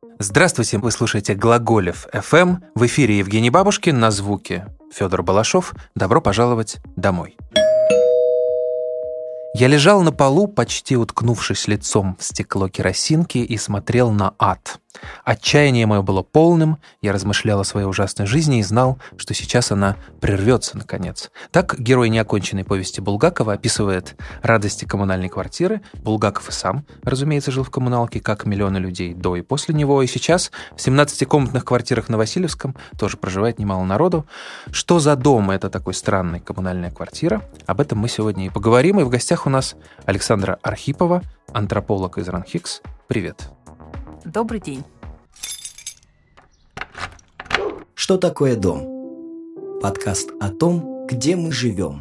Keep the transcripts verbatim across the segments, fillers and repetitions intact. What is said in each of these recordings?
Здравствуйте, вы слушаете Глаголев эф эм. В эфире Евгений Бабушкин, на звуке Федор Балашов. Добро пожаловать домой. Я лежал на полу, почти уткнувшись лицом в стекло керосинки, и смотрел на ад. Отчаяние мое было полным, я размышлял о своей ужасной жизни и знал, что сейчас она прервется, наконец. Так герой неоконченной повести Булгакова описывает радости коммунальной квартиры. Булгаков и сам, разумеется, жил в коммуналке, как миллионы людей до и после него, и сейчас в семнадцатикомнатных квартирах на Васильевском тоже проживает немало народу. Что за дом это такой странный коммунальная квартира? Об этом мы сегодня и поговорим, и в гостях у нас Александра Архипова, антрополог из РАНХИКС. Привет. Добрый день. Что такое дом? Подкаст о том, где мы живем.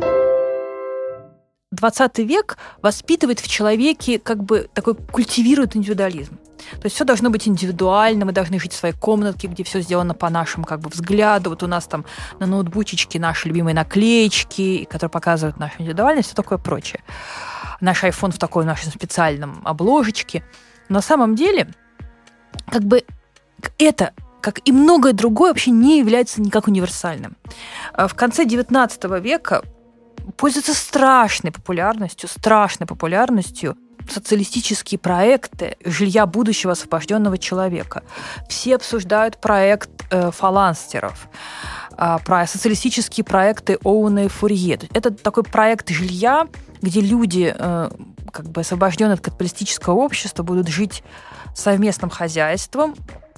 двадцатый век воспитывает в человеке, как бы такой культивирует индивидуализм. То есть все должно быть индивидуально, мы должны жить в своей комнатке, где все сделано по нашему как бы взгляду. Вот у нас там на ноутбучечке наши любимые наклеечки, которые показывают нашу индивидуальность, все такое прочее. Наш iPhone в такой нашем специальном обложечке. Но на самом деле, как бы это, как и многое другое, вообще не является никак универсальным. В конце девятнадцатого века пользуются страшной популярностью, страшной популярностью социалистические проекты жилья будущего освобожденного человека. Все обсуждают проект э, фаланстеров, э, про социалистические проекты Оуэна и Фурье. Это такой проект жилья, где люди, э, как бы освобожденные от капиталистического общества, будут жить совместным хозяйством.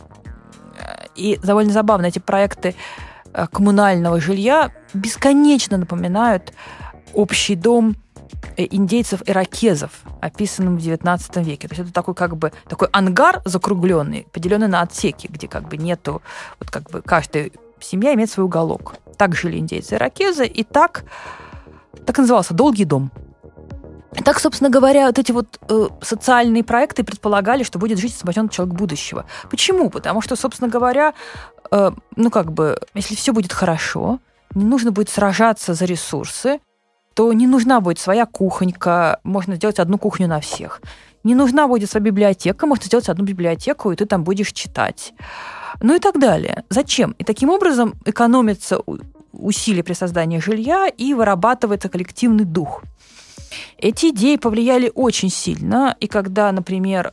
И довольно забавно, эти проекты э, коммунального жилья бесконечно напоминают общий дом индейцев-иракезов, описанным в девятнадцатом веке. То есть это такой как бы такой ангар закругленный, поделенный на отсеки, где как бы нету, вот как бы каждая семья имеет свой уголок. Так жили индейцы-иракезы, и так, так и назывался «Долгий дом». И так, собственно говоря, вот эти вот э, социальные проекты предполагали, что будет жить освобожденный человек будущего. Почему? Потому что, собственно говоря, э, ну как бы, если все будет хорошо, не нужно будет сражаться за ресурсы, то не нужна будет своя кухонька, можно сделать одну кухню на всех. Не нужна будет своя библиотека, можно сделать одну библиотеку, и ты там будешь читать. Ну и так далее. Зачем? И таким образом экономятся усилия при создании жилья и вырабатывается коллективный дух. Эти идеи повлияли очень сильно, и когда, например,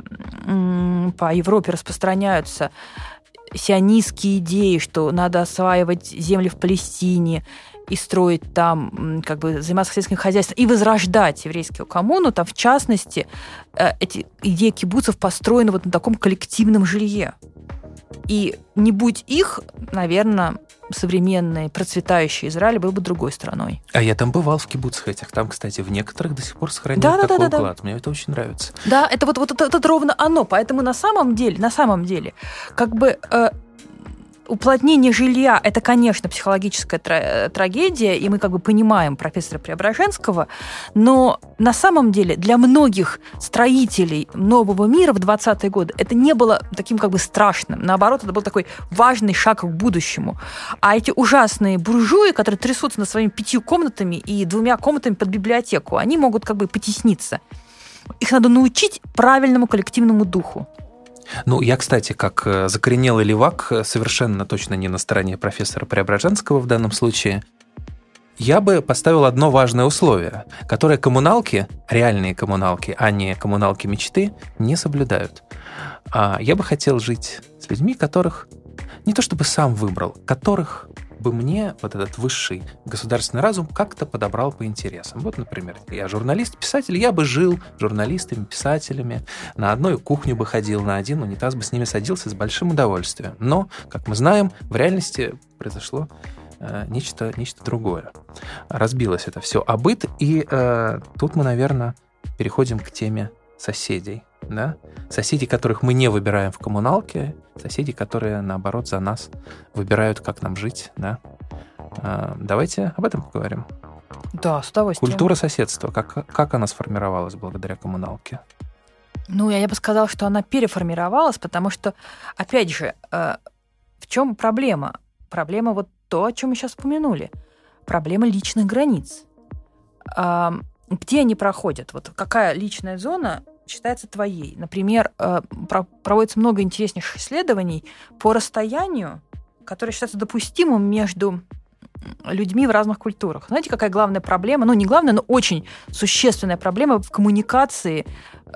по Европе распространяются сионистские идеи, что надо осваивать земли в Палестине, и строить там, как бы заниматься сельским хозяйством, и возрождать еврейскую коммуну, там, в частности, эти идеи кибуцев построены вот на таком коллективном жилье. И не будь их, наверное, современный процветающий Израиль был бы другой страной. А я там бывал в кибуцах этих. Там, кстати, в некоторых до сих пор сохранили да, такой да, да, уклад. да. Мне это очень нравится. Да, это вот, вот это, это ровно оно. Поэтому на самом деле, на самом деле, как бы... Э, уплотнение жилья – это, конечно, психологическая тра- трагедия, и мы как бы понимаем профессора Преображенского, но на самом деле для многих строителей нового мира в двадцатые годы это не было таким как бы страшным. Наоборот, это был такой важный шаг к будущему. А эти ужасные буржуи, которые трясутся над своими пятью комнатами и двумя комнатами под библиотеку, они могут как бы потесниться. Их надо научить правильному коллективному духу. Ну, я, кстати, как закоренелый левак, совершенно точно не на стороне профессора Преображенского в данном случае, я бы поставил одно важное условие, которое коммуналки, реальные коммуналки, а не коммуналки мечты, не соблюдают. А я бы хотел жить с людьми, которых не то чтобы сам выбрал, которых бы мне вот этот высший государственный разум как-то подобрал по интересам. Вот, например, я журналист, писатель, я бы жил журналистами, писателями, на одной кухню бы ходил, на один унитаз бы с ними садился с большим удовольствием. Но, как мы знаем, в реальности произошло э, нечто, нечто другое. Разбилось это все о быт, и э, тут мы, наверное, переходим к теме соседей. Да? Соседи, которых мы не выбираем в коммуналке, соседи, которые, наоборот, за нас выбирают, как нам жить. Да? Давайте об этом поговорим. Да, с удовольствием. Культура соседства, как, как она сформировалась благодаря коммуналке? Ну, я бы сказала, что она переформировалась, потому что, опять же, в чем проблема? Проблема вот то, о чем мы сейчас упомянули. Проблема личных границ. Где они проходят? Вот какая личная зона считается твоей. Например, проводится много интереснейших исследований по расстоянию, которое считается допустимым между людьми в разных культурах. Знаете, какая главная проблема? Ну, не главная, но очень существенная проблема в коммуникации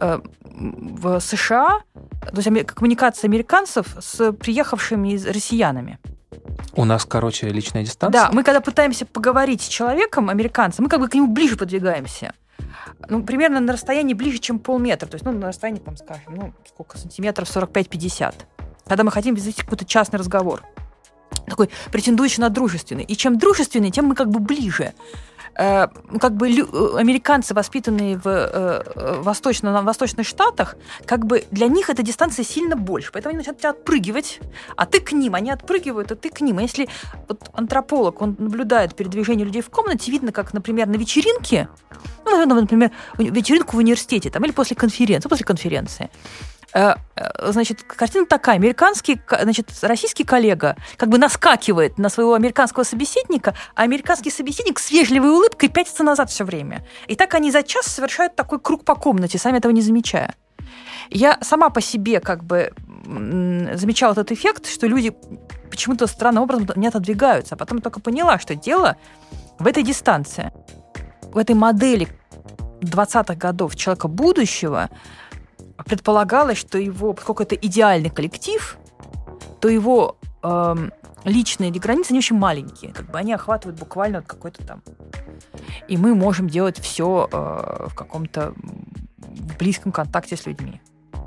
в США, то есть коммуникация американцев с приехавшими россиянами. У нас, короче, личная дистанция? Да, мы когда пытаемся поговорить с человеком, американцем, мы как бы к нему ближе подвигаемся. Ну, примерно на расстоянии ближе, чем полметра. То есть, ну, на расстоянии, там, скажем, ну, сколько, сантиметров, сорок пять - пятьдесят. Когда мы хотим вести какой-то частный разговор. Такой претендующий на дружественный. И чем дружественный, тем мы как бы ближе. Э, как бы лю- американцы, воспитанные в э, восточно- в восточных штатах, как бы для них эта дистанция сильно больше. Поэтому они начинают тебя отпрыгивать, а ты к ним. Они отпрыгивают, а ты к ним. А если вот антрополог, он наблюдает передвижение людей в комнате, видно, как, например, на вечеринке, ну, например, вечеринку в университете там, или после конференции, после конференции, значит, картина такая. Американский, значит, российский коллега как бы наскакивает на своего американского собеседника, а американский собеседник с вежливой улыбкой пятится назад все время. И так они за час совершают такой круг по комнате, сами этого не замечая. Я сама по себе как бы замечала этот эффект, что люди почему-то странным образом не отодвигаются. А потом только поняла, что дело в этой дистанции, в этой модели двадцатых годов человека будущего. Предполагалось, что его, поскольку это идеальный коллектив, то его э, личные границы не очень маленькие. Как бы они охватывают буквально вот какой-то там... И мы можем делать все э, в каком-то близком контакте с людьми.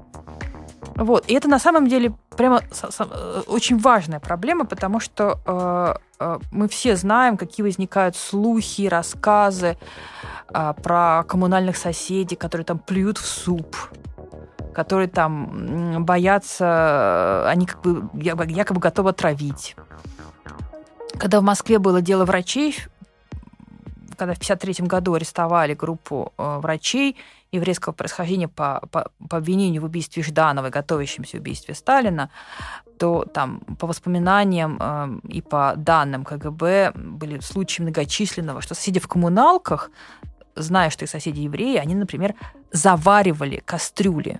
Вот. И это на самом деле прямо очень важная проблема, потому что э, э, мы все знаем, какие возникают слухи, рассказы э, про коммунальных соседей, которые там плюют в суп, которые там боятся, они как бы якобы готовы отравить. Когда в Москве было дело врачей, когда в пятьдесят третьем году арестовали группу врачей еврейского происхождения по, по, по обвинению в убийстве Ждановой, готовящемся убийстве Сталина, то там по воспоминаниям э, и по данным ка гэ бэ были случаи многочисленного, что соседи в коммуналках, зная, что их соседи евреи, они, например, заваривали кастрюли,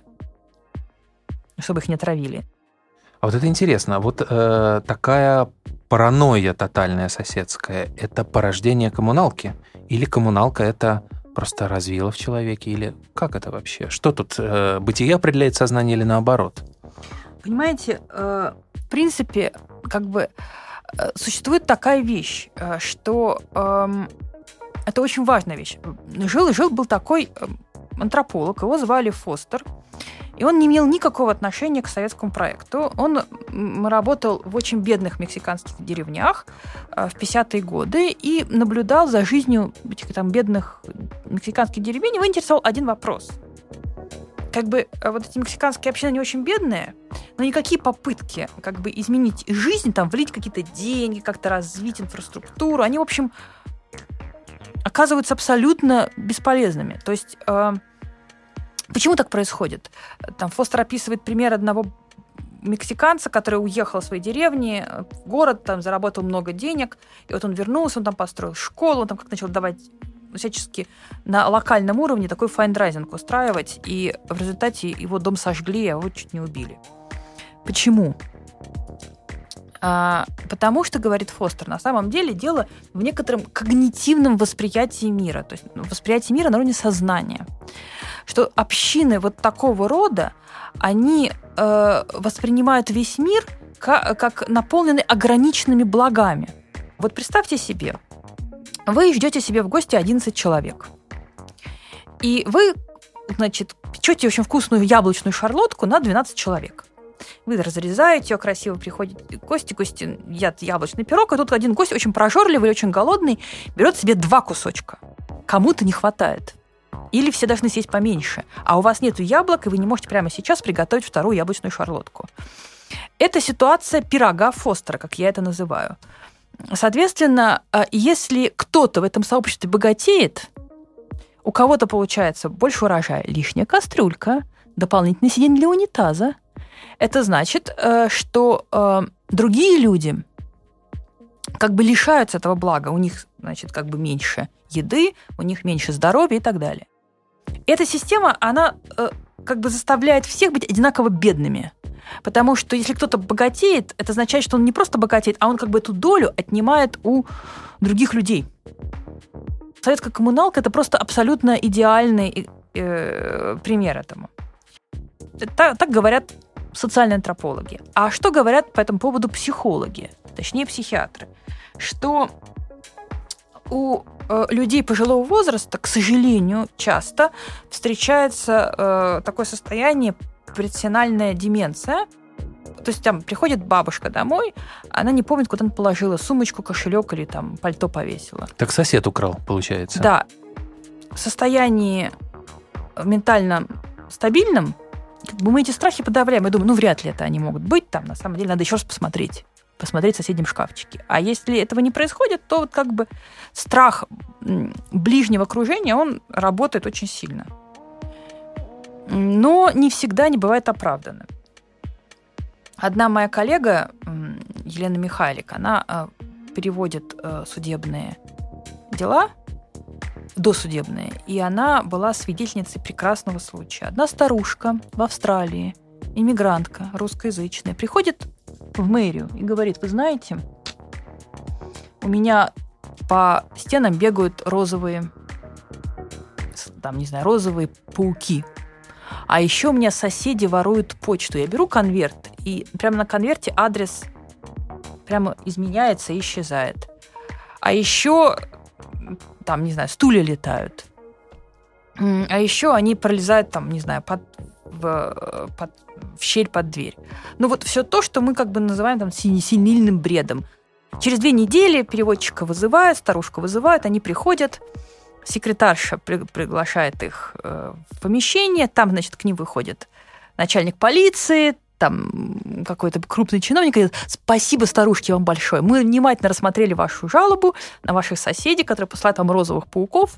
чтобы их не отравили. А вот это интересно. Вот э, такая паранойя тотальная соседская – это порождение коммуналки? Или коммуналка – это просто развила в человеке? Или как это вообще? Что тут, э, бытие определяет сознание или наоборот? Понимаете, э, в принципе, как бы э, существует такая вещь, э, что э, это очень важная вещь. Жил и жил был такой э, антрополог, его звали Фостер. И он не имел никакого отношения к советскому проекту. Он работал в очень бедных мексиканских деревнях в пятидесятые годы и наблюдал за жизнью этих там бедных мексиканских деревень. Его интересовал один вопрос. Как бы вот эти мексиканские общины, они очень бедные, но никакие попытки как бы изменить жизнь, там, влить какие-то деньги, как-то развить инфраструктуру, они, в общем, оказываются абсолютно бесполезными. То есть... Почему так происходит? Там Фостер описывает пример одного мексиканца, который уехал в своей деревне в город, там заработал много денег, и вот он вернулся, он там построил школу, он там как начал давать всячески на локальном уровне такой файндрайзинг устраивать, и в результате его дом сожгли, а его чуть не убили. Почему? А, потому что, говорит Фостер, на самом деле дело в некотором когнитивном восприятии мира, то есть восприятие мира на уровне сознания. Что общины вот такого рода, они э, воспринимают весь мир как, как наполненный ограниченными благами. Вот представьте себе, вы ждете себе в гости одиннадцать человек. И вы, значит, печете очень вкусную яблочную шарлотку на двенадцать человек. Вы разрезаете ее красиво, приходят гости, гости едят яблочный пирог, и тут один гость очень прожорливый, очень голодный, берет себе два кусочка. Кому-то не хватает. Или все должны съесть поменьше. А у вас нет яблок, и вы не можете прямо сейчас приготовить вторую яблочную шарлотку. Это ситуация пирога Фостера, как я это называю. Соответственно, если кто-то в этом сообществе богатеет, у кого-то получается больше урожая, лишняя кастрюлька, дополнительный сиденье для унитаза. Это значит, что другие люди как бы лишаются этого блага. У них, значит, как бы меньше еды, у них меньше здоровья и так далее. Эта система, она как бы заставляет всех быть одинаково бедными. Потому что если кто-то богатеет, это означает, что он не просто богатеет, а он как бы эту долю отнимает у других людей. Советская коммуналка – это просто абсолютно идеальный э, пример этому. Так, так говорят социальные антропологи. А что говорят по этому поводу психологи, точнее психиатры? Что у э, людей пожилого возраста, к сожалению, часто встречается э, такое состояние предсенальная деменция. То есть там приходит бабушка домой, она не помнит, куда она положила сумочку, кошелек или там пальто повесила. Так сосед украл, получается. Да. В состоянии ментально стабильном как бы мы эти страхи подавляем. Я думаю, ну, вряд ли это они могут быть там. На самом деле надо еще раз посмотреть. Посмотреть в соседнем шкафчике. А если этого не происходит, то вот как бы страх ближнего окружения, он работает очень сильно. Но не всегда не бывает оправданным. Одна моя коллега, Елена Михайлик, она переводит судебные дела, досудебные, и она была свидетельницей прекрасного случая. Одна старушка в Австралии, иммигрантка русскоязычная, приходит в мэрию и говорит: вы знаете, у меня по стенам бегают розовые, там, не знаю, розовые пауки. А еще у меня соседи воруют почту. Я беру конверт, и прямо на конверте адрес прямо изменяется и исчезает. А еще, там, не знаю, стулья летают. А еще они пролезают, там, не знаю, под, в, под, в щель под дверь. Ну вот все то, что мы как бы называем там синильным бредом. Через две недели переводчика вызывают, старушку вызывают, они приходят, секретарша при, приглашает их э, в помещение, там, значит, к ним выходит начальник полиции, там какой-то крупный чиновник, говорит: спасибо, старушке, вам большое. Мы внимательно рассмотрели вашу жалобу на ваших соседей, которые посылают вам розовых пауков.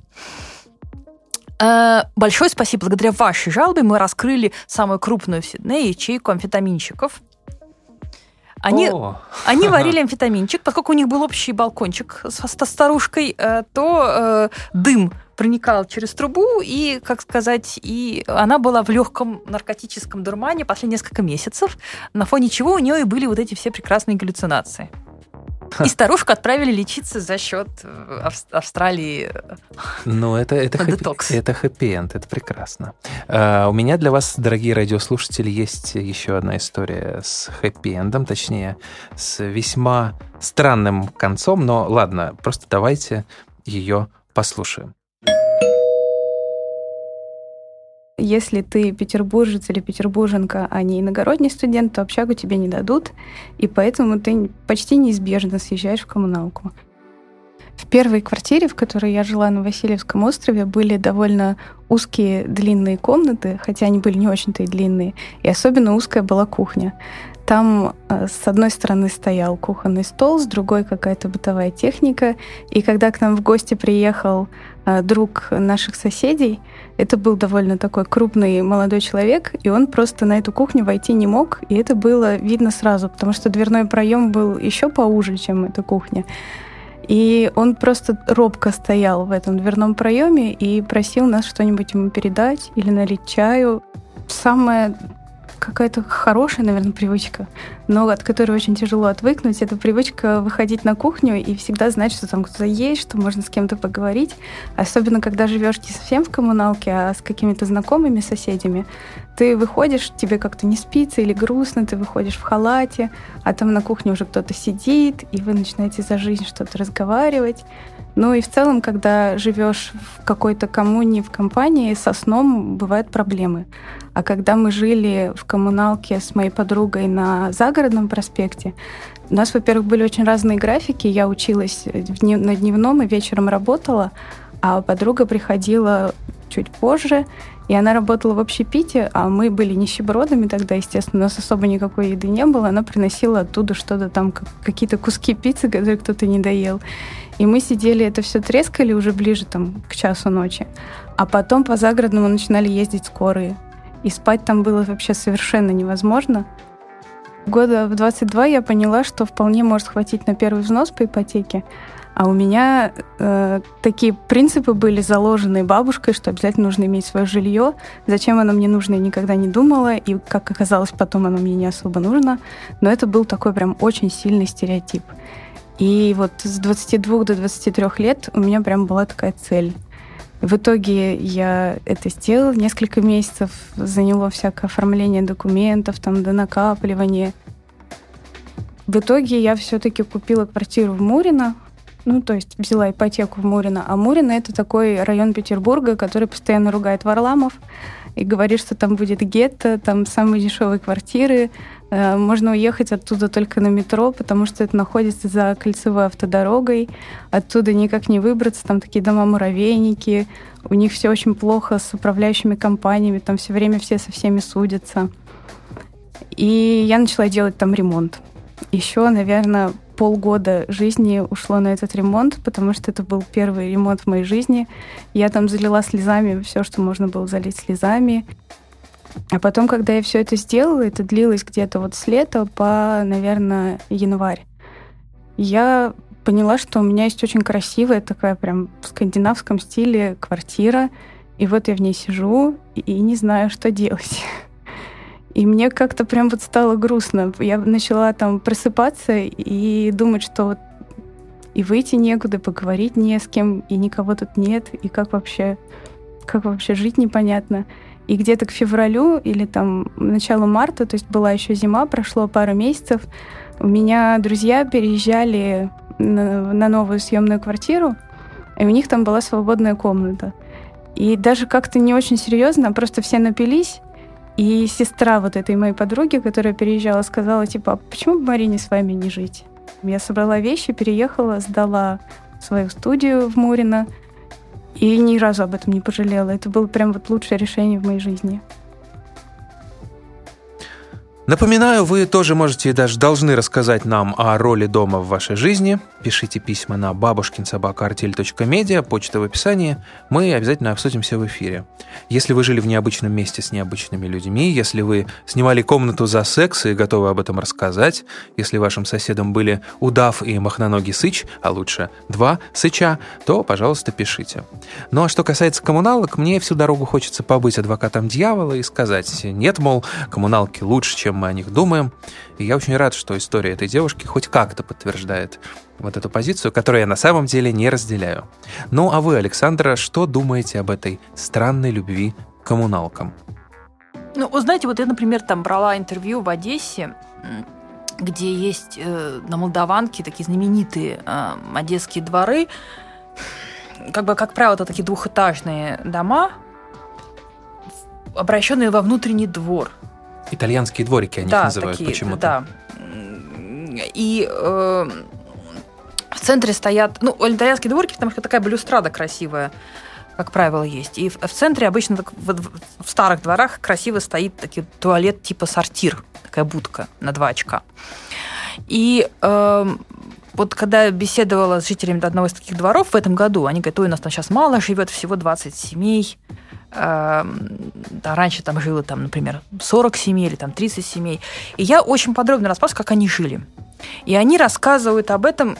Э, большое спасибо. Благодаря вашей жалобе мы раскрыли самую крупную в Сиднее ячейку амфетаминщиков. Они, они варили амфетаминчик, поскольку у них был общий балкончик со старушкой, то э, дым проникал через трубу, и, как сказать, и она была в легком наркотическом дурмане последние несколько месяцев, на фоне чего у нее и были вот эти все прекрасные галлюцинации. И старушку отправили лечиться за счет Австралии. Ну, это, это, хэппи, это хэппи-энд, это прекрасно. Uh, у меня для вас, дорогие радиослушатели, есть еще одна история с хэппи-эндом, точнее, с весьма странным концом, но ладно, просто давайте ее послушаем. Если ты петербуржец или петербурженка, а не иногородний студент, то общагу тебе не дадут, и поэтому ты почти неизбежно съезжаешь в коммуналку. В первой квартире, в которой я жила на Васильевском острове, были довольно узкие длинные комнаты, хотя они были не очень-то и длинные, и особенно узкая была кухня. Там с одной стороны стоял кухонный стол, с другой какая-то бытовая техника, и когда к нам в гости приехал друг наших соседей, это был довольно такой крупный молодой человек, и он просто на эту кухню войти не мог, и это было видно сразу, потому что дверной проем был еще поуже, чем эта кухня. И он просто робко стоял в этом дверном проеме и просил нас что-нибудь ему передать или налить чаю. Самое какая-то хорошая, наверное, привычка, но от которой очень тяжело отвыкнуть. Это привычка выходить на кухню и всегда знать, что там кто-то есть, что можно с кем-то поговорить. Особенно, когда живешь не совсем в коммуналке, а с какими-то знакомыми соседями. Ты выходишь, тебе как-то не спится или грустно, ты выходишь в халате, а там на кухне уже кто-то сидит, и вы начинаете за жизнь что-то разговаривать. Ну и в целом, когда живешь в какой-то коммуне, в компании, со сном бывают проблемы. А когда мы жили в коммуналке с моей подругой на Загородном проспекте, у нас, во-первых, были очень разные графики. Я училась на дневном и вечером работала, а подруга приходила чуть позже, и она работала в общепите, а мы были нищебродами тогда, естественно, у нас особо никакой еды не было. Она приносила оттуда что-то там, какие-то куски пиццы, которые кто-то не доел. И мы сидели, это все трескали уже ближе там, к часу ночи. А потом по Загородному начинали ездить скорые. И спать там было вообще совершенно невозможно. Года в двадцать два я поняла, что вполне может хватить на первый взнос по ипотеке. А у меня э, такие принципы были заложены бабушкой, что обязательно нужно иметь свое жилье. Зачем оно мне нужно, я никогда не думала. И, как оказалось, потом оно мне не особо нужно. Но это был такой прям очень сильный стереотип. И вот с двадцати двух до двадцати трёх лет у меня прям была такая цель. В итоге я это сделала. Несколько месяцев заняло всякое оформление документов, там, донакапливание. В итоге я все-таки купила квартиру в Мурино. Ну, то есть взяла ипотеку в Мурино. А Мурино — это такой район Петербурга, который постоянно ругает Варламов и говорит, что там будет гетто, там самые дешевые квартиры. Можно уехать оттуда только на метро, потому что это находится за кольцевой автодорогой. Оттуда никак не выбраться. Там такие дома-муравейники. У них все очень плохо с управляющими компаниями. Там все время все со всеми судятся. И я начала делать там ремонт. Еще, наверное, полгода жизни ушло на этот ремонт, потому что это был первый ремонт в моей жизни. Я там залила слезами все, что можно было залить слезами. А потом, когда я все это сделала, это длилось где-то вот с лета по, наверное, январь, я поняла, что у меня есть очень красивая такая прям в скандинавском стиле квартира. И вот я в ней сижу и не знаю, что делать. И мне как-то прям вот стало грустно. Я начала там просыпаться и думать, что вот и выйти некуда, поговорить не с кем, и никого тут нет, и как вообще, как вообще жить непонятно. И где-то к февралю или там началу марта, то есть была еще зима, прошло пару месяцев, у меня друзья переезжали на, на новую съемную квартиру, и у них там была свободная комната. И даже как-то не очень серьезно, просто все напились. И сестра вот этой моей подруги, которая переезжала, сказала, типа, а почему бы Марине с вами не жить? Я собрала вещи, переехала, сдала свою студию в Мурино и ни разу об этом не пожалела. Это было прям вот лучшее решение в моей жизни. Напоминаю, вы тоже можете и даже должны рассказать нам о роли дома в вашей жизни. Пишите письма на бабушкин собака артель точка медиа, почта в описании. Мы обязательно обсудим все в эфире. Если вы жили в необычном месте с необычными людьми, если вы снимали комнату за секс и готовы об этом рассказать, если вашим соседом были удав и махноногий сыч, а лучше два сыча, то, пожалуйста, пишите. Ну а что касается коммуналок, мне всю дорогу хочется побыть адвокатом дьявола и сказать, нет, мол, коммуналки лучше, чем мы о них думаем. И я очень рад, что история этой девушки хоть как-то подтверждает вот эту позицию, которую я на самом деле не разделяю. Ну, а вы, Александра, что думаете об этой странной любви к коммуналкам? Ну, вы знаете, вот я, например, там брала интервью в Одессе, где есть э, на Молдаванке такие знаменитые э, одесские дворы. Как бы, как правило, это такие двухэтажные дома, обращенные во внутренний двор. Итальянские дворики они да, их называют такие, почему-то. Да. И э, в центре стоят... Ну, итальянские дворики, потому что такая балюстрада красивая, как правило, есть. И в, в центре обычно так, в, в старых дворах красиво стоит такой туалет типа сортир, такая будка на два очка. И э, вот когда я беседовала с жителями одного из таких дворов в этом году, они говорят, ой, у нас там сейчас мало живет, всего двадцать семей. Да, раньше там жило, там, например, сорок семей или там, тридцать семей. И я очень подробно рассказываю, как они жили. И они рассказывают об этом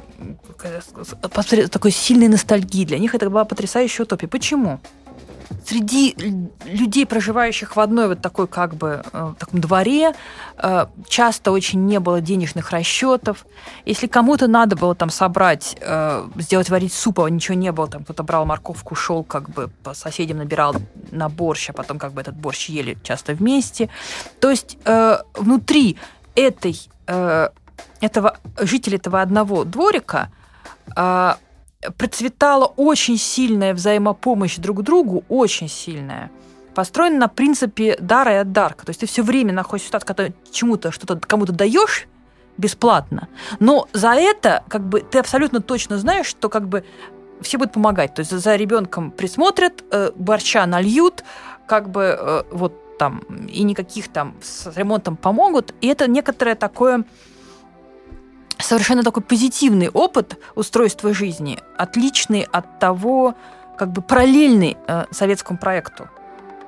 с такой сильной ностальгией. Для них это была потрясающая утопия. Почему? Среди людей, проживающих в одной вот такой как бы в таком дворе, часто очень не было денежных расчетов. Если кому-то надо было там собрать, сделать варить суп, а ничего не было, там кто-то брал морковку, шел как бы по соседям, набирал на борщ, а потом как бы этот борщ ели часто вместе. То есть внутри этой, этого жителей этого одного дворика процветала очень сильная взаимопомощь друг другу, очень сильная, построена на принципе дара и отдарка. То есть ты все время находишься в ситуации, когда чему-то, что-то кому-то даешь бесплатно, но за это как бы ты абсолютно точно знаешь, что как бы все будут помогать. То есть за ребенком присмотрят, борща нальют, как бы вот там, и никаких там с ремонтом помогут. И это некоторое такое... совершенно такой позитивный опыт устройства жизни, отличный от того, как бы параллельный э, советскому проекту.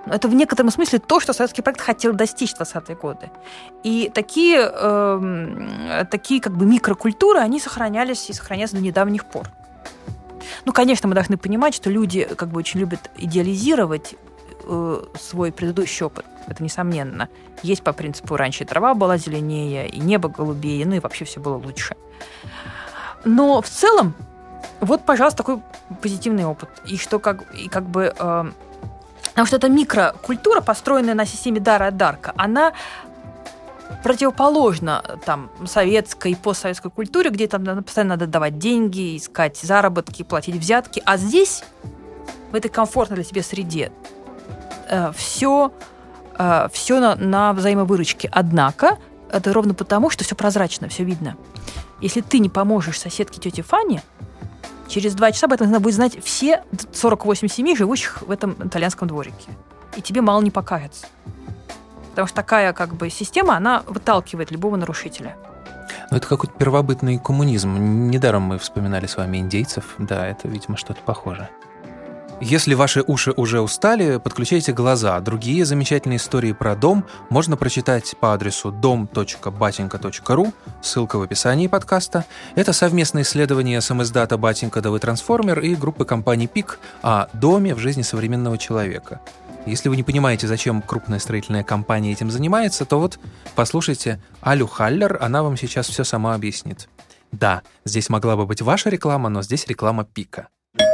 Это в некотором смысле то, что советский проект хотел достичь в двадцатые годы. И такие, э, такие как бы микрокультуры, они сохранялись и сохраняются до недавних пор. Ну, конечно, мы должны понимать, что люди как бы очень любят идеализировать э, свой предыдущий опыт. Это несомненно. Есть по принципу «раньше трава была зеленее, и небо голубее, ну и вообще все было лучше». Но в целом, вот, пожалуйста, такой позитивный опыт. И что как, и как бы... Э, потому что эта микрокультура, построенная на системе дара от дарка, она противоположна там, советской и постсоветской культуре, где там постоянно надо давать деньги, искать заработки, платить взятки. А здесь, в этой комфортной для себя среде, э, все, э, все на, на взаимовыручке. Однако это ровно потому, что все прозрачно, все видно. Если ты не поможешь соседке тете Фане, через два часа об этом надо будет знать все сорок восемь семей, живущих в этом итальянском дворике. И тебе мало не покажется. Потому что такая как бы система, она выталкивает любого нарушителя. Ну, это какой-то первобытный коммунизм. Недаром мы вспоминали с вами индейцев. Да, это, видимо, что-то похожее. Если ваши уши уже устали, подключайте глаза. Другие замечательные истории про дом можно прочитать по адресу дом точка батенька точка ру, ссылка в описании подкаста. Это совместное исследование самиздата «Батенька да вы трансформер» и группы компаний «Пик» о доме в жизни современного человека. Если вы не понимаете, зачем крупная строительная компания этим занимается, то вот послушайте Алю Халлер, она вам сейчас все сама объяснит. Да, здесь могла бы быть ваша реклама, но здесь реклама «Пика».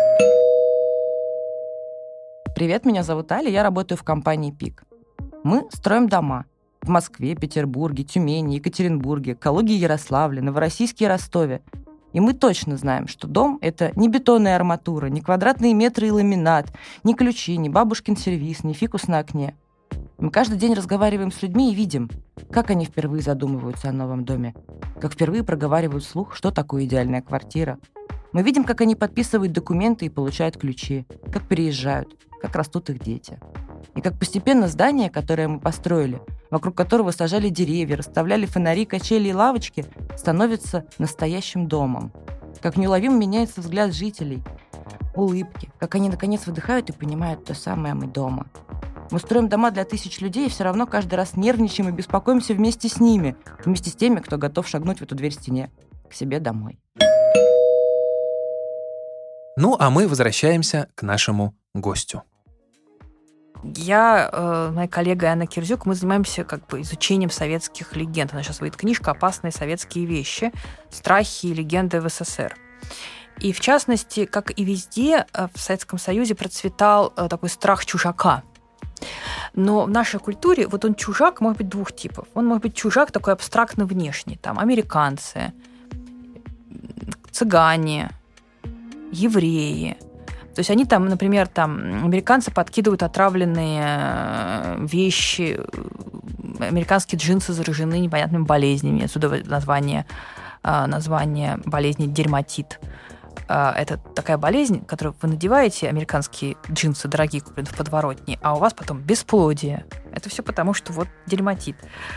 Привет, меня зовут Аля, я работаю в компании «Пик». Мы строим дома в Москве, Петербурге, Тюмени, Екатеринбурге, Калуге, Ярославле, Новороссийске и Ростове. И мы точно знаем, что дом — это не бетонная арматура, не квадратные метры и ламинат, не ключи, не бабушкин сервиз, не фикус на окне. Мы каждый день разговариваем с людьми и видим, как они впервые задумываются о новом доме, как впервые проговаривают вслух, что такое идеальная квартира. Мы видим, как они подписывают документы и получают ключи, как переезжают, как растут их дети. И как постепенно здание, которое мы построили, вокруг которого сажали деревья, расставляли фонари, качели и лавочки, становится настоящим домом. Как неуловимо меняется взгляд жителей, улыбки, как они наконец выдыхают и понимают, то самое мы дома. Мы строим дома для тысяч людей, и все равно каждый раз нервничаем и беспокоимся вместе с ними, вместе с теми, кто готов шагнуть в эту дверь стене, к себе домой. Ну, а мы возвращаемся к нашему гостю. Я, э, моя коллега Анна Кирзюк, мы занимаемся как бы изучением советских легенд. У нас сейчас выйдет книжка «Опасные советские вещи. Страхи и легенды в СССР». И в частности, как и везде, в Советском Союзе процветал такой страх чужака. Но в нашей культуре вот он чужак может быть двух типов. Он может быть чужак такой абстрактно внешний. Там американцы, цыгане, евреи. То есть они там, например, там американцы подкидывают отравленные вещи, американские джинсы заражены непонятными болезнями. Отсюда название, название болезни дерматит. Это такая болезнь, которую вы надеваете, американские джинсы дорогие, купленные в подворотне, а у вас потом бесплодие. Это все потому, что вот дерматит.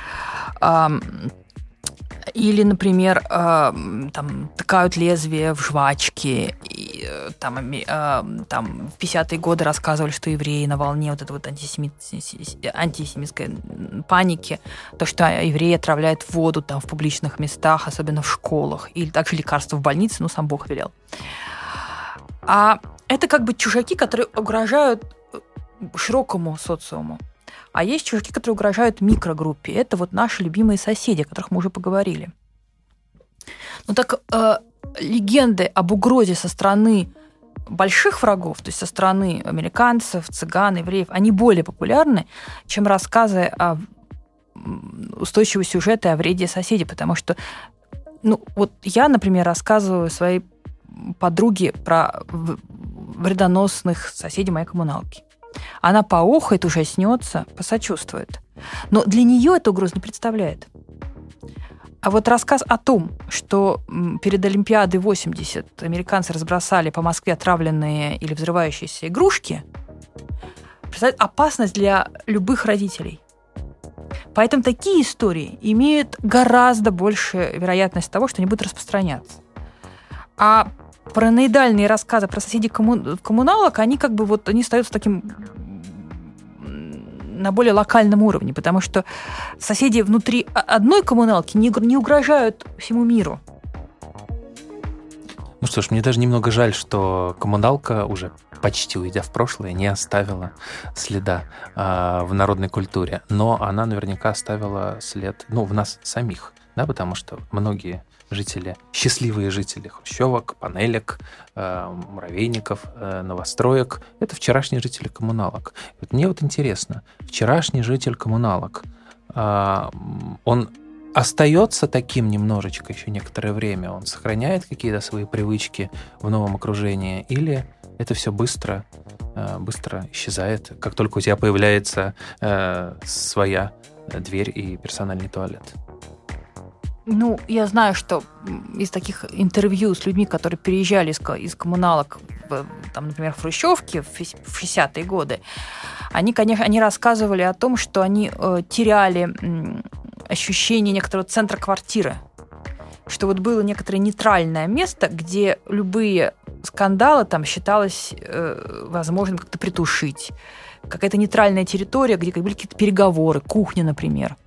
Или, например, там, тыкают лезвие в жвачки. И, там, там, в пятидесятые годы рассказывали, что евреи на волне вот этой вот антисемит... антисемитской паники, то, что евреи отравляют воду там, в публичных местах, особенно в школах, или также лекарства в больнице, ну, сам Бог велел. А это как бы чужаки, которые угрожают широкому социуму. А есть чужаки, которые угрожают микрогруппе. Это вот наши любимые соседи, о которых мы уже поговорили. Ну так э, легенды об угрозе со стороны больших врагов, то есть со стороны американцев, цыган, евреев, они более популярны, чем рассказы о устойчивых сюжетах о вреде соседей, потому что, ну, вот я, например, рассказываю своей подруге про вредоносных соседей моей коммуналки. Она поохает, ужаснется, посочувствует. Но для нее это угрозу не представляет. А вот рассказ о том, что перед Олимпиадой восемьдесят американцы разбросали по Москве отравленные или взрывающиеся игрушки, представляет опасность для любых родителей. Поэтому такие истории имеют гораздо большую вероятность того, что они будут распространяться. А параноидальные рассказы про соседей комму... коммуналок, они как бы вот, они остаются таким на более локальном уровне, потому что соседи внутри одной коммуналки не, не угрожают всему миру. Ну что ж, мне даже немного жаль, что коммуналка, уже почти уйдя в прошлое, не оставила следа э, в народной культуре. Но она наверняка оставила след, ну, в нас самих, да, потому что многие жители, счастливые жители хрущевок, панелек, э, муравейников, э, новостроек, это вчерашние жители коммуналок. Вот мне вот интересно, вчерашний житель коммуналок, э, он остается таким немножечко еще некоторое время, он сохраняет какие-то свои привычки в новом окружении, или это все быстро, быстро исчезает, как только у тебя появляется своя дверь и персональный туалет? Ну, я знаю, что из таких интервью с людьми, которые переезжали из, из коммуналок, в, там, например, в хрущевки в шестидесятые годы, они, конечно, они рассказывали о том, что они э, теряли э, ощущение некоторого центра квартиры, что вот было некоторое нейтральное место, где любые скандалы там считалось э, возможным как-то притушить. Какая-то нейтральная территория, где были какие-то переговоры, кухня, например.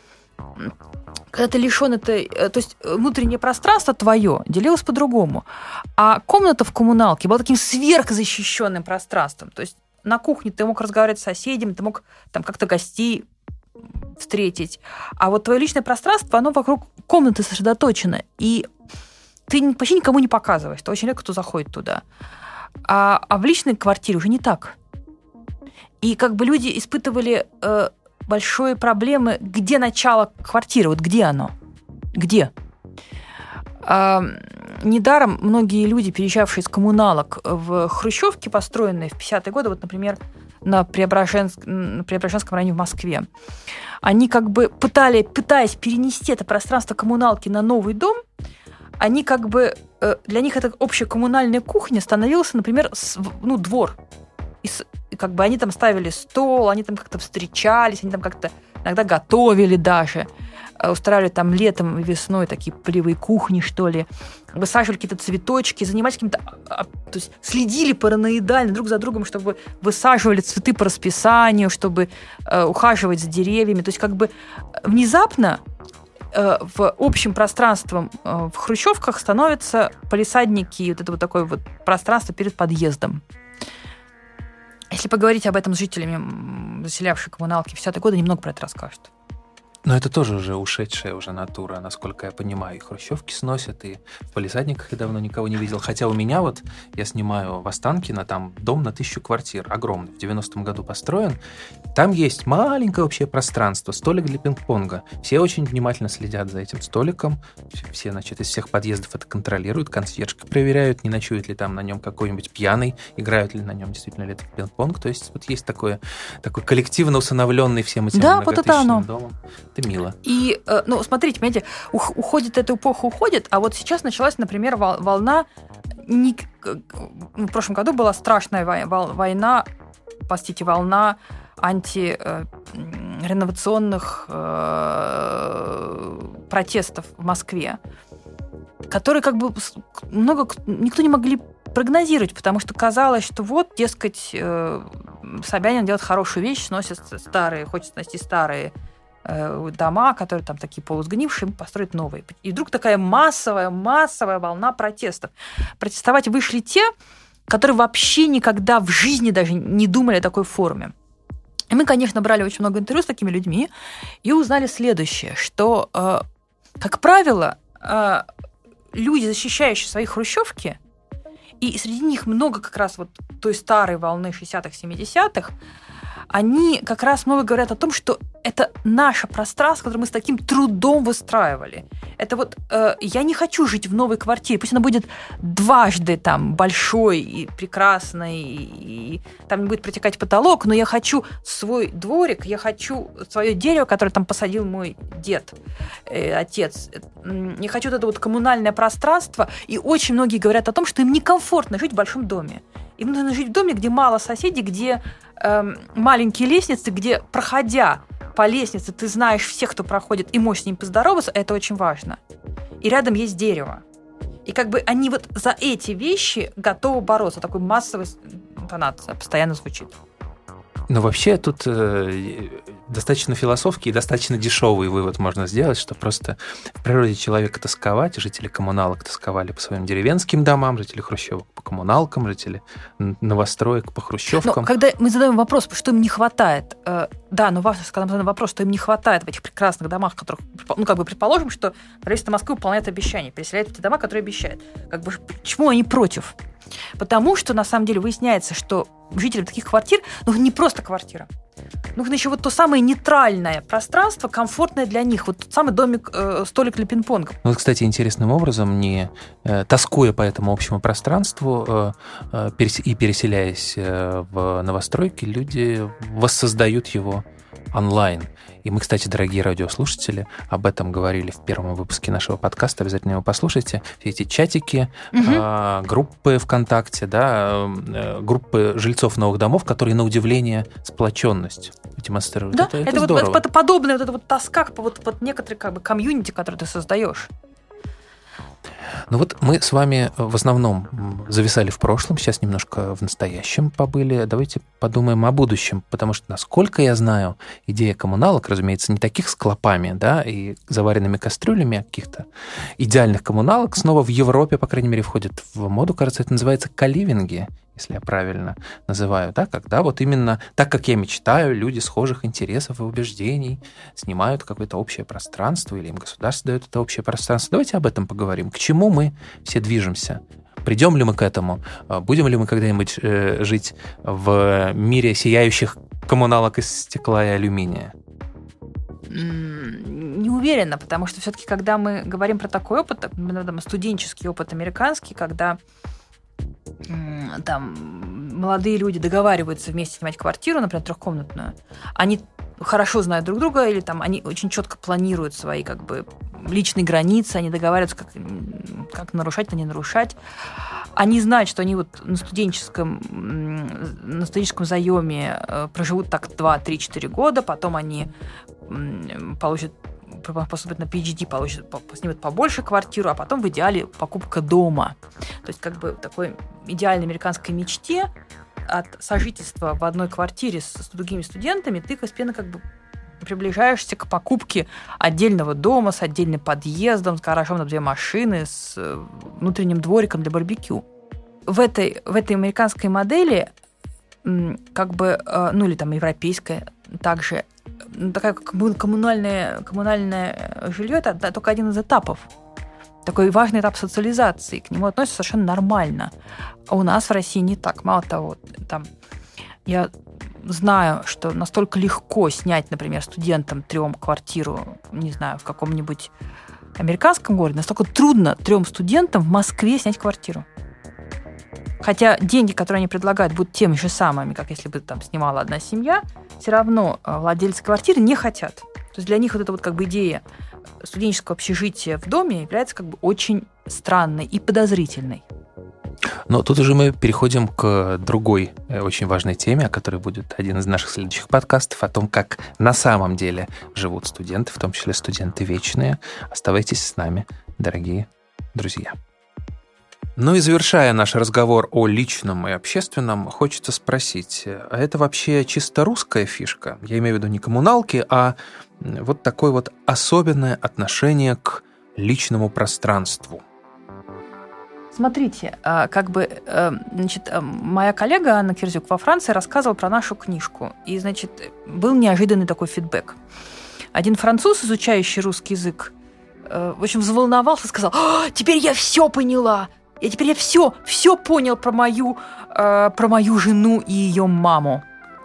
Когда ты лишен этой... То есть внутреннее пространство твое делилось по-другому. А комната в коммуналке была таким сверхзащищенным пространством. То есть на кухне ты мог разговаривать с соседями, ты мог там как-то гостей встретить. А вот твое личное пространство, оно вокруг комнаты сосредоточено. И ты почти никому не показываешь. Это очень редко кто заходит туда. А, а в личной квартире уже не так. И как бы люди испытывали... Э, большие проблемы, где начало квартиры, вот где оно, где. А, недаром многие люди, переезжавшие из коммуналок в хрущевки, построенные в пятидесятые годы, вот, например, на, Преображенск, на Преображенском районе в Москве, они как бы пытали, пытаясь перенести это пространство коммуналки на новый дом, они как бы, для них эта общая коммунальная кухня становилась, например, ну, двор. И как бы они там ставили стол, они там как-то встречались, они там как-то иногда готовили даже, устраивали там летом и весной такие полевые кухни, что ли, высаживали какие-то цветочки, занимались каким-то... То есть следили параноидально друг за другом, чтобы высаживали цветы по расписанию, чтобы э, ухаживать за деревьями. То есть как бы внезапно э, в общем пространстве э, в хрущевках становятся палисадники и вот это вот такое вот пространство перед подъездом. Если поговорить об этом с жителями, заселявшими коммуналки в пятидесятые годы, немного про это расскажут. Но это тоже уже ушедшая уже натура, насколько я понимаю. И хрущевки сносят, и в палисадниках я давно никого не видел. Хотя у меня вот, я снимаю в Останкино, там дом на тысячу квартир, огромный, в девяностом году построен. Там есть маленькое общее пространство, столик для пинг-понга. Все очень внимательно следят за этим столиком. Все, значит, из всех подъездов это контролируют, консьержка проверяют, не ночует ли там на нем какой-нибудь пьяный, играют ли на нем действительно ли это пинг-понг. То есть вот есть такое, такой коллективно усыновленный всем этим да, многотысячным вот домом. Это мило. И, ну, смотрите, понимаете, уходит эта эпоха, уходит, а вот сейчас началась, например, волна... Не, в прошлом году была страшная война, простите, волна антиреновационных э, протестов в Москве, которые как бы много... Никто не могли прогнозировать, потому что казалось, что вот, дескать, э, Собянин делает хорошую вещь, сносит старые, хочет сносить старые дома, которые там такие полусгнившие, построить новые. И вдруг такая массовая, массовая волна протестов. Протестовать вышли те, которые вообще никогда в жизни даже не думали о такой форме. И мы, конечно, брали очень много интервью с такими людьми и узнали следующее, что, как правило, люди, защищающие свои хрущевки, и среди них много как раз вот той старой волны шестидесятых, семидесятых, они как раз много говорят о том, что это наше пространство, которое мы с таким трудом выстраивали. Это вот э, я не хочу жить в новой квартире, пусть она будет дважды там большой и прекрасной, и, и там не будет протекать потолок, но я хочу свой дворик, я хочу свое дерево, которое там посадил мой дед, э, отец. Я хочу вот это вот коммунальное пространство, и очень многие говорят о том, что им некомфортно жить в большом доме. Им нужно жить в доме, где мало соседей, где э, маленькие лестницы, где, проходя по лестнице, ты знаешь всех, кто проходит, и можешь с ним поздороваться, это очень важно. И рядом есть дерево. И как бы они вот за эти вещи готовы бороться. Такой массовой интонация постоянно звучит. Ну, вообще, тут э, достаточно философский и достаточно дешевый вывод можно сделать, что просто в природе человека тосковать, жители коммуналок тосковали по своим деревенским домам, жители хрущевок по коммуналкам, жители новостроек по хрущевкам. Но когда мы задаем вопрос, что им не хватает, э, да, но важно, когда мы задаем вопрос, что им не хватает в этих прекрасных домах, в которых, ну, как бы предположим, что правительство Москвы выполняет обещания, переселяет в те дома, которые обещают. Как бы, почему они против? Потому что, на самом деле, выясняется, что жителям таких квартир нужна не просто квартира. Нужно еще вот то самое нейтральное пространство, комфортное для них. Вот тот самый домик, э, столик для пинг-понга. Ну, вот, кстати, интересным образом, не э, тоскуя по этому общему пространству э, э, перес- и переселяясь э, в новостройки, люди воссоздают его онлайн. И мы, кстати, дорогие радиослушатели, об этом говорили в первом выпуске нашего подкаста. Обязательно его послушайте. Все эти чатики, угу. э, группы ВКонтакте, да, э, группы жильцов новых домов, которые, на удивление, сплоченность демонстрируют. Да, это, это, это вот здорово. это подобная вот эта вот тоска по вот, вот некоторые как бы комьюнити, которые ты создаешь. Ну вот мы с вами в основном зависали в прошлом, сейчас немножко в настоящем побыли. Давайте подумаем о будущем, потому что, насколько я знаю, идея коммуналок, разумеется, не таких с клопами, да, и заваренными кастрюлями, а каких-то идеальных коммуналок снова в Европе, по крайней мере, входит в моду. Кажется, это называется коливинги, если я правильно называю, да, когда вот именно так, как я мечтаю, люди схожих интересов и убеждений снимают какое-то общее пространство, или им государство дает это общее пространство. Давайте об этом поговорим. К чему мы все движемся? Придем ли мы к этому? Будем ли мы когда-нибудь э, жить в мире сияющих коммуналок из стекла и алюминия? Не уверена, потому что все-таки, когда мы говорим про такой опыт, студенческий опыт американский, когда там молодые люди договариваются вместе снимать квартиру, например, трехкомнатную, они хорошо знают друг друга, или там они очень четко планируют свои как бы личные границы, они договариваются, как, как нарушать, а не нарушать. Они знают, что они вот на студенческом, на студенческом заеме проживут так два, три, четыре года, потом они получат, поступят на пи эйч ди, получат, снимут побольше квартиру, а потом в идеале покупка дома. То есть как бы в такой идеальной американской мечте от сожительства в одной квартире с, с другими студентами ты постепенно как бы приближаешься к покупке отдельного дома с отдельным подъездом, с гаражом на две машины, с внутренним двориком для барбекю. В этой, в этой американской модели как бы, ну или там европейская, также такая как коммунальное, коммунальное жилье, это только один из этапов. Такой важный этап социализации. К нему относятся совершенно нормально. А у нас в России не так. Мало того, там, я знаю, что настолько легко снять, например, студентам трем квартиру, не знаю, в каком-нибудь американском городе, настолько трудно трем студентам в Москве снять квартиру. Хотя деньги, которые они предлагают, будут теми же самыми, как если бы там снимала одна семья, все равно владельцы квартиры не хотят. То есть для них вот эта вот как бы идея студенческого общежития в доме является как бы очень странной и подозрительной. Но тут уже мы переходим к другой очень важной теме, о которой будет один из наших следующих подкастов, о том, как на самом деле живут студенты, в том числе студенты вечные. Оставайтесь с нами, дорогие друзья. Ну и завершая наш разговор о личном и общественном, хочется спросить, а это вообще чисто русская фишка? Я имею в виду не коммуналки, а вот такое вот особенное отношение к личному пространству. Смотрите, как бы, значит, моя коллега Анна Кирзюк во Франции рассказывала про нашу книжку. И, значит, был неожиданный такой фидбэк. Один француз, изучающий русский язык, в общем, взволновался и сказал: «Теперь я все поняла! Я теперь я все, все понял про мою, про мою жену и ее маму.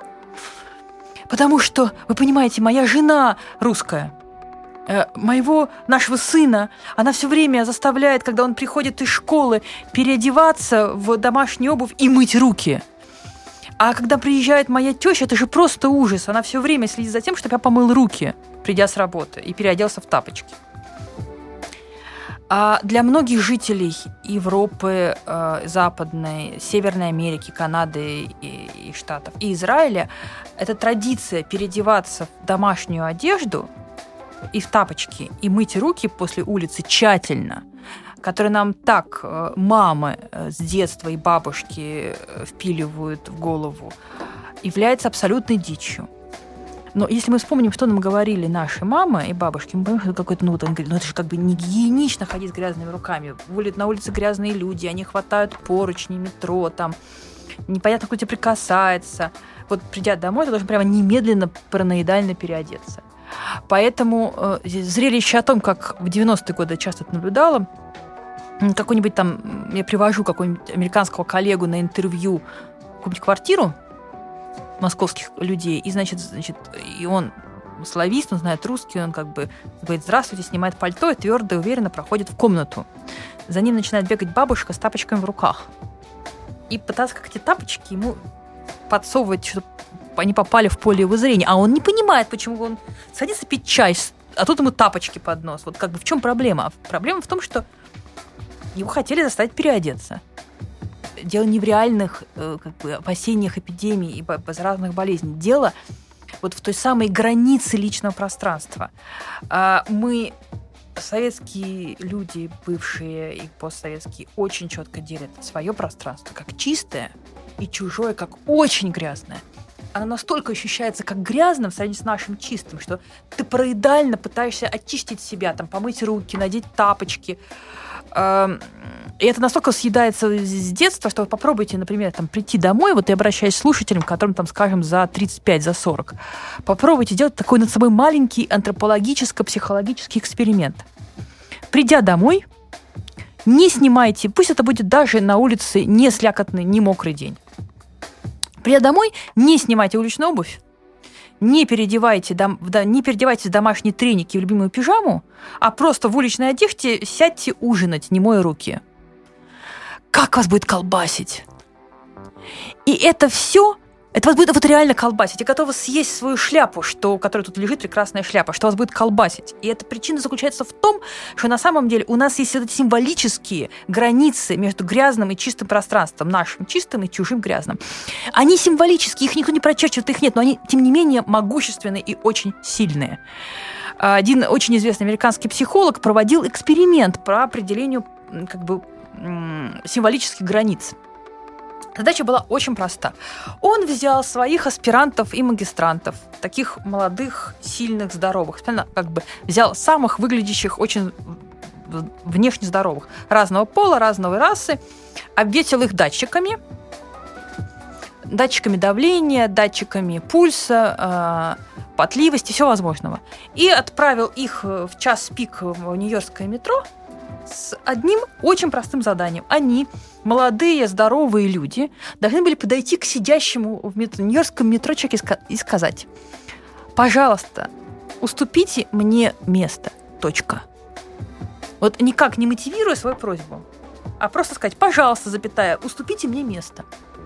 Потому что, вы понимаете, моя жена русская, моего, нашего сына, она все время заставляет, когда он приходит из школы, переодеваться в домашнюю обувь и мыть руки. А когда приезжает моя теща, это же просто ужас. Она все время следит за тем, чтобы я помыл руки, придя с работы, и переоделся в тапочки». А для многих жителей Европы, Западной, Северной Америки, Канады и, и Штатов, и Израиля эта традиция переодеваться в домашнюю одежду и в тапочки, и мыть руки после улицы тщательно, которые нам так мамы с детства и бабушки впиливают в голову, является абсолютной дичью. Но если мы вспомним, что нам говорили наши мамы и бабушки, мы понимаем, что это какой-то, ну, вот он говорит, ну, это же как бы не гигиенично ходить с грязными руками. На улице грязные люди, они хватают поручни, метро, там, непонятно, кто тебе прикасается. Вот придя домой, ты должен прямо немедленно параноидально переодеться. Поэтому э, зрелище о том, как в девяностые годы я часто это наблюдала, какой-нибудь там, я привожу какого-нибудь американского коллегу на интервью в какую-нибудь квартиру московских людей, и, значит, значит, и он славист, он знает русский, он как бы говорит «здравствуйте», снимает пальто и твердо и уверенно проходит в комнату. За ним начинает бегать бабушка с тапочками в руках. И пытаться, как эти тапочки, ему подсовывать, чтобы они попали в поле его зрения. А он не понимает, почему он садится пить чай, а тут ему тапочки под нос. Вот как бы в чем проблема? Проблема в том, что его хотели заставить переодеться. Дело не в реальных как бы, опасениях эпидемий и заразных болезней. Дело вот в той самой границе личного пространства. Мы, советские люди, бывшие и постсоветские, очень четко делят свое пространство как чистое и чужое как очень грязное. Оно настолько ощущается как грязным в сравнении с нашим чистым, что ты параноидально пытаешься очистить себя, там, помыть руки, надеть тапочки. И это настолько съедается с детства, что вы попробуйте, например, там, прийти домой, вот я обращаюсь к слушателям, которым, там, скажем, за тридцать пять, за сорок. Попробуйте делать такой над собой маленький антропологическо-психологический эксперимент. Придя домой, не снимайте, пусть это будет даже на улице не слякотный, не мокрый день. Придя домой, не снимайте уличную обувь, не переодевайте, не переодевайтесь в домашние треники и в любимую пижаму, а просто в уличной одежде сядьте ужинать, не моя руки. Как вас будет колбасить? И это все, это вас будет вот реально колбасить. Я готова съесть свою шляпу, что, которая тут лежит, прекрасная шляпа, что вас будет колбасить. И эта причина заключается в том, что на самом деле у нас есть вот эти символические границы между грязным и чистым пространством, нашим чистым и чужим грязным. Они символические, их никто не прочерчивает, их нет, но они, тем не менее, могущественные и очень сильные. Один очень известный американский психолог проводил эксперимент по определению как бы символических границ. Задача была очень проста. Он взял своих аспирантов и магистрантов, таких молодых, сильных, здоровых, как бы взял самых выглядящих очень внешне здоровых, разного пола, разной расы, обветил их датчиками, датчиками давления, датчиками пульса, потливости, всего возможного. И отправил их в час пик в нью-йоркское метро с одним очень простым заданием. Они, молодые, здоровые люди, должны были подойти к сидящему в метро, нью-йоркском метро человеку и сказать: пожалуйста, уступите мне место. Точка. Вот никак не мотивируя свою просьбу, а просто сказать: пожалуйста, запятая, уступите мне место.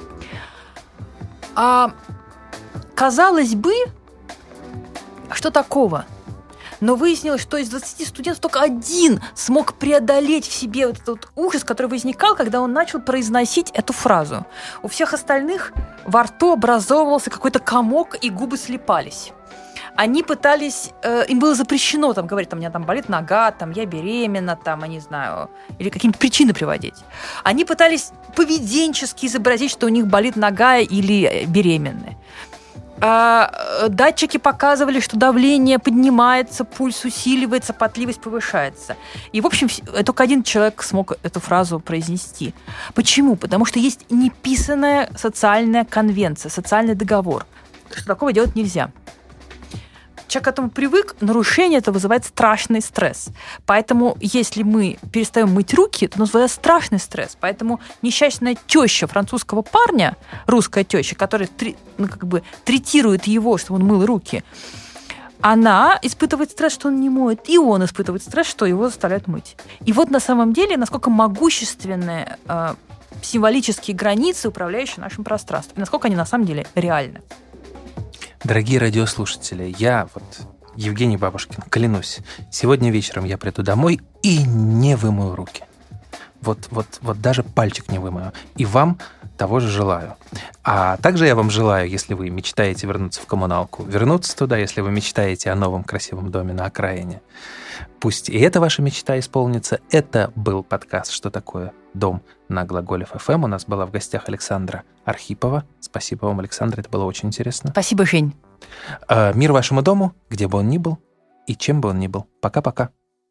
А казалось бы, что такого? Но выяснилось, что из двадцати студентов только один смог преодолеть в себе вот этот вот ужас, который возникал, когда он начал произносить эту фразу. У всех остальных во рту образовывался какой-то комок, и губы слипались. Они пытались, э, им было запрещено там говорить, там, у меня там болит нога, там, я беременна, там, я не знаю, или какие-нибудь причины приводить. Они пытались поведенчески изобразить, что у них болит нога или беременны. А датчики показывали, что давление поднимается, пульс усиливается, потливость повышается. И, в общем, только один человек смог эту фразу произнести. Почему? Потому что есть неписанная социальная конвенция, социальный договор, что такого делать нельзя. Человек к этому привык, нарушение это вызывает страшный стресс. Поэтому, если мы перестаем мыть руки, то у нас вызывает страшный стресс. Поэтому несчастная теща французского парня, русская теща, которая ну, как бы третирует его, чтобы он мыл руки, она испытывает стресс, что он не моет, и он испытывает стресс, что его заставляют мыть. И вот на самом деле, насколько могущественные э, символические границы, управляющие нашим пространством, и насколько они на самом деле реальны. Дорогие радиослушатели, я вот, Евгений Бабушкин, клянусь, сегодня вечером я приду домой и не вымою руки. вот, вот, вот даже пальчик не вымою. И вам того же желаю. А также я вам желаю, если вы мечтаете вернуться в коммуналку, вернуться туда, если вы мечтаете о новом красивом доме на окраине. Пусть и эта ваша мечта исполнится. Это был подкаст «Что такое дом» на Глаголев эф эм. У нас была в гостях Александра Архипова. Спасибо вам, Александра, это было очень интересно. Спасибо, Жень. Мир вашему дому, где бы он ни был и чем бы он ни был. Пока-пока.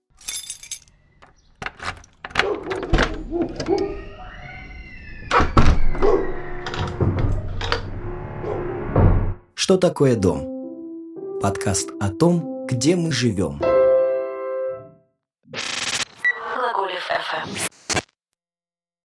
Что такое дом? Подкаст о том, где мы живем. Глаголев эф эм.